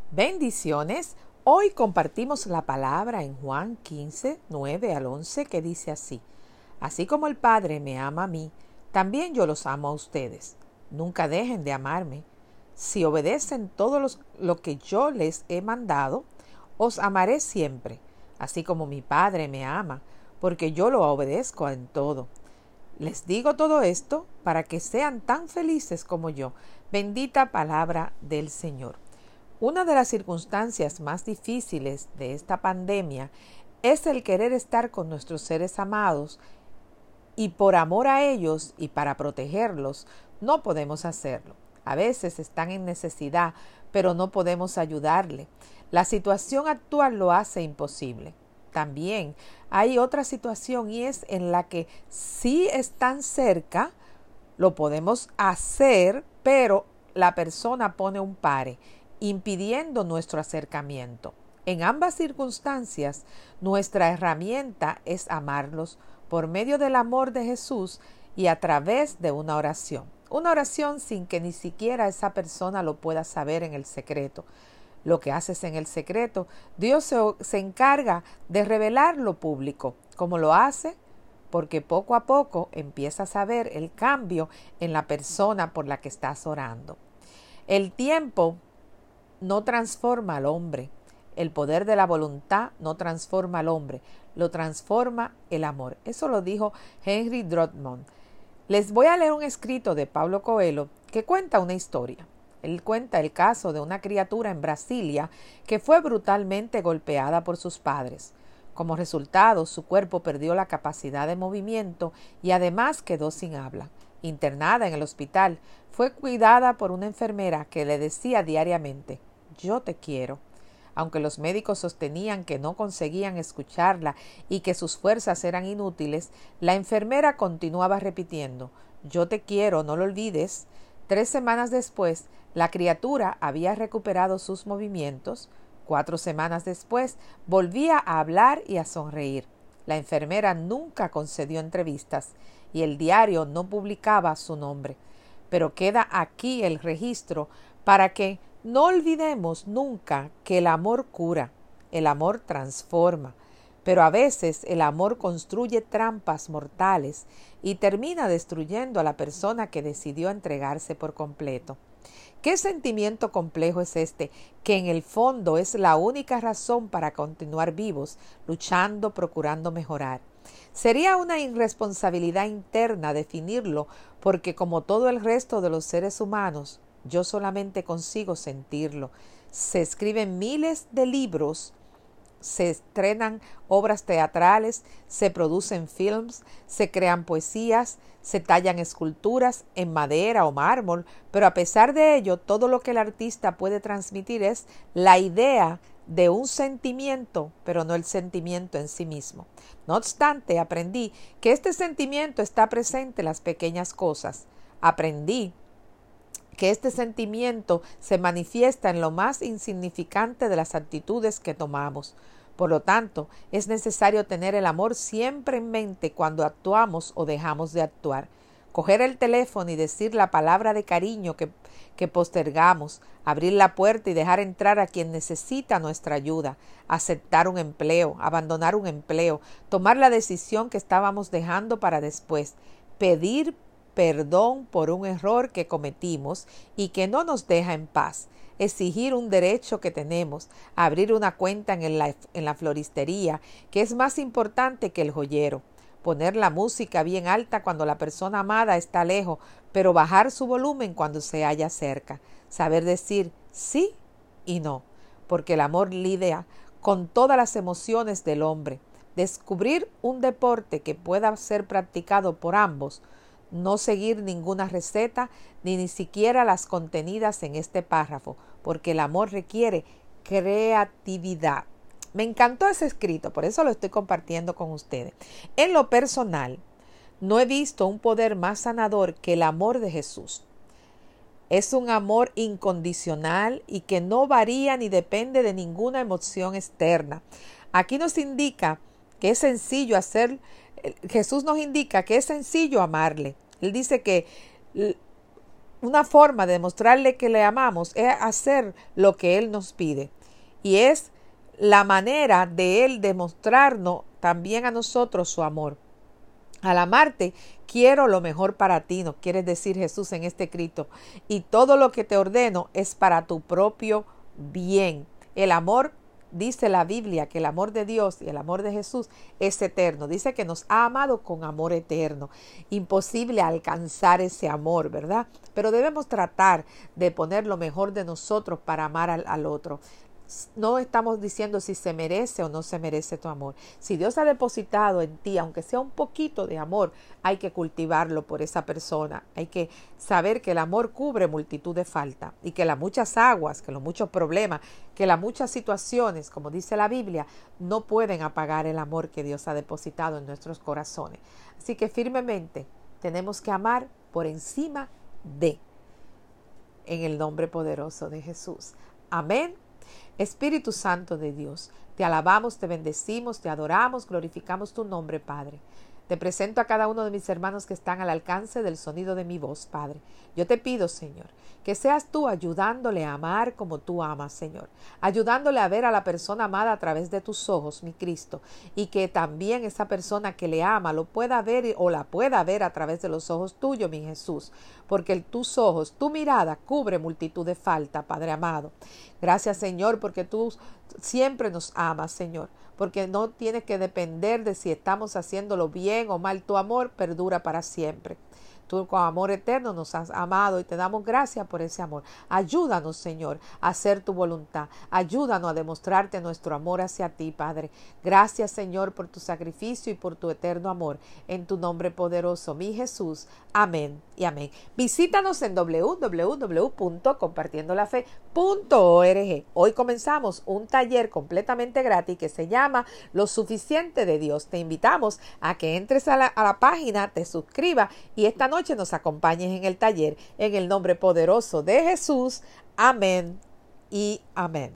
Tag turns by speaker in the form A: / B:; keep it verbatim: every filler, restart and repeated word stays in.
A: Bendiciones. Hoy compartimos la palabra en Juan quince, nueve al once, que dice así: Así como el Padre me ama a mí, también yo los amo a ustedes. Nunca dejen de amarme. Si obedecen todo los, lo que yo les he mandado, os amaré siempre, así como mi Padre me ama, porque yo lo obedezco en todo. Les digo todo esto para que sean tan felices como yo. Bendita palabra del Señor. Una de las circunstancias más difíciles de esta pandemia es el querer estar con nuestros seres amados, y por amor a ellos y para protegerlos no podemos hacerlo. A veces están en necesidad, pero no podemos ayudarle. La situación actual lo hace imposible. También hay otra situación, y es en la que sí están cerca, lo podemos hacer, pero la persona pone un pare, impidiendo nuestro acercamiento. En ambas circunstancias, nuestra herramienta es amarlos por medio del amor de Jesús y a través de una oración. Una oración sin que ni siquiera esa persona lo pueda saber en el secreto. Lo que haces en el secreto, Dios se, se encarga de revelarlo público. ¿Cómo lo hace? Porque poco a poco empiezas a ver el cambio en la persona por la que estás orando. El tiempo no transforma al hombre. El poder de la voluntad no transforma al hombre, lo transforma el amor. Eso lo dijo Henry Drummond. Les voy a leer un escrito de Paulo Coelho que cuenta una historia. Él cuenta el caso de una criatura en Brasilia que fue brutalmente golpeada por sus padres. Como resultado, su cuerpo perdió la capacidad de movimiento y además quedó sin habla. Internada en el hospital, fue cuidada por una enfermera que le decía diariamente: «Yo te quiero». Aunque los médicos sostenían que no conseguían escucharla y que sus fuerzas eran inútiles, la enfermera continuaba repitiendo: «Yo te quiero, no lo olvides». Tres semanas después, la criatura había recuperado sus movimientos. Cuatro semanas después, volvía a hablar y a sonreír. La enfermera nunca concedió entrevistas y el diario no publicaba su nombre. Pero queda aquí el registro para que no olvidemos nunca que el amor cura, el amor transforma, pero a veces el amor construye trampas mortales y termina destruyendo a la persona que decidió entregarse por completo. ¿Qué sentimiento complejo es este, que en el fondo es la única razón para continuar vivos, luchando, procurando mejorar? Sería una irresponsabilidad interna definirlo, porque como todo el resto de los seres humanos, yo solamente consigo sentirlo. Se escriben miles de libros, se estrenan obras teatrales, se producen films, se crean poesías, se tallan esculturas en madera o mármol, pero a pesar de ello, todo lo que el artista puede transmitir es la idea de un sentimiento, pero no el sentimiento en sí mismo. No obstante, aprendí que este sentimiento está presente en las pequeñas cosas. Aprendí que este sentimiento se manifiesta en lo más insignificante de las actitudes que tomamos. Por lo tanto, es necesario tener el amor siempre en mente cuando actuamos o dejamos de actuar. Coger el teléfono y decir la palabra de cariño que, que postergamos, abrir la puerta y dejar entrar a quien necesita nuestra ayuda, aceptar un empleo, abandonar un empleo, tomar la decisión que estábamos dejando para después, pedir perdón por un error que cometimos y que no nos deja en paz, exigir un derecho que tenemos, abrir una cuenta en la, en la floristería, que es más importante que el joyero, poner la música bien alta cuando la persona amada está lejos, pero bajar su volumen cuando se halla cerca, saber decir sí y no, porque el amor lidia con todas las emociones del hombre, descubrir un deporte que pueda ser practicado por ambos, no seguir ninguna receta, ni ni siquiera las contenidas en este párrafo, porque el amor requiere creatividad. Me encantó ese escrito, por eso lo estoy compartiendo con ustedes. En lo personal, no he visto un poder más sanador que el amor de Jesús. Es un amor incondicional y que no varía ni depende de ninguna emoción externa. Aquí nos indica que es sencillo hacer. Jesús nos indica que es sencillo amarle. Él dice que una forma de demostrarle que le amamos es hacer lo que Él nos pide. Y es la manera de Él demostrarnos también a nosotros su amor. Al amarte, quiero lo mejor para ti, nos quiere decir Jesús en este escrito. Y todo lo que te ordeno es para tu propio bien. El amor, dice la Biblia, que el amor de Dios y el amor de Jesús es eterno. Dice que nos ha amado con amor eterno. Imposible alcanzar ese amor, ¿verdad? Pero debemos tratar de poner lo mejor de nosotros para amar al, al otro. No estamos diciendo si se merece o no se merece tu amor. Si Dios ha depositado en ti, aunque sea un poquito de amor, hay que cultivarlo por esa persona. Hay que saber que el amor cubre multitud de faltas y que las muchas aguas, que los muchos problemas, que las muchas situaciones, como dice la Biblia, no pueden apagar el amor que Dios ha depositado en nuestros corazones. Así que firmemente tenemos que amar por encima de, en el nombre poderoso de Jesús. Amén. Espíritu Santo de Dios, te alabamos, te bendecimos, te adoramos, glorificamos tu nombre, Padre. Te presento a cada uno de mis hermanos que están al alcance del sonido de mi voz, Padre. Yo te pido, Señor, que seas tú ayudándole a amar como tú amas, Señor. Ayudándole a ver a la persona amada a través de tus ojos, mi Cristo. Y que también esa persona que le ama lo pueda ver o la pueda ver a través de los ojos tuyos, mi Jesús. Porque tus ojos, tu mirada cubre multitud de falta, Padre amado. Gracias, Señor, porque tú siempre nos amas, Señor. Porque no tienes que depender de si estamos haciéndolo bien o mal. Tu amor perdura para siempre. Tú con amor eterno nos has amado y te damos gracias por ese amor. Ayúdanos, Señor, a hacer tu voluntad. Ayúdanos a demostrarte nuestro amor hacia ti, Padre. Gracias, Señor, por tu sacrificio y por tu eterno amor. En tu nombre poderoso, mi Jesús. Amén y amén. Visítanos en doble u doble u doble u punto compartiendo la fe punto org. Hoy comenzamos un taller completamente gratis que se llama Lo Suficiente de Dios. Te invitamos a que entres a la, a la página, te suscribas y esta noche nos acompañes en el taller en el nombre poderoso de Jesús. Amén y amén.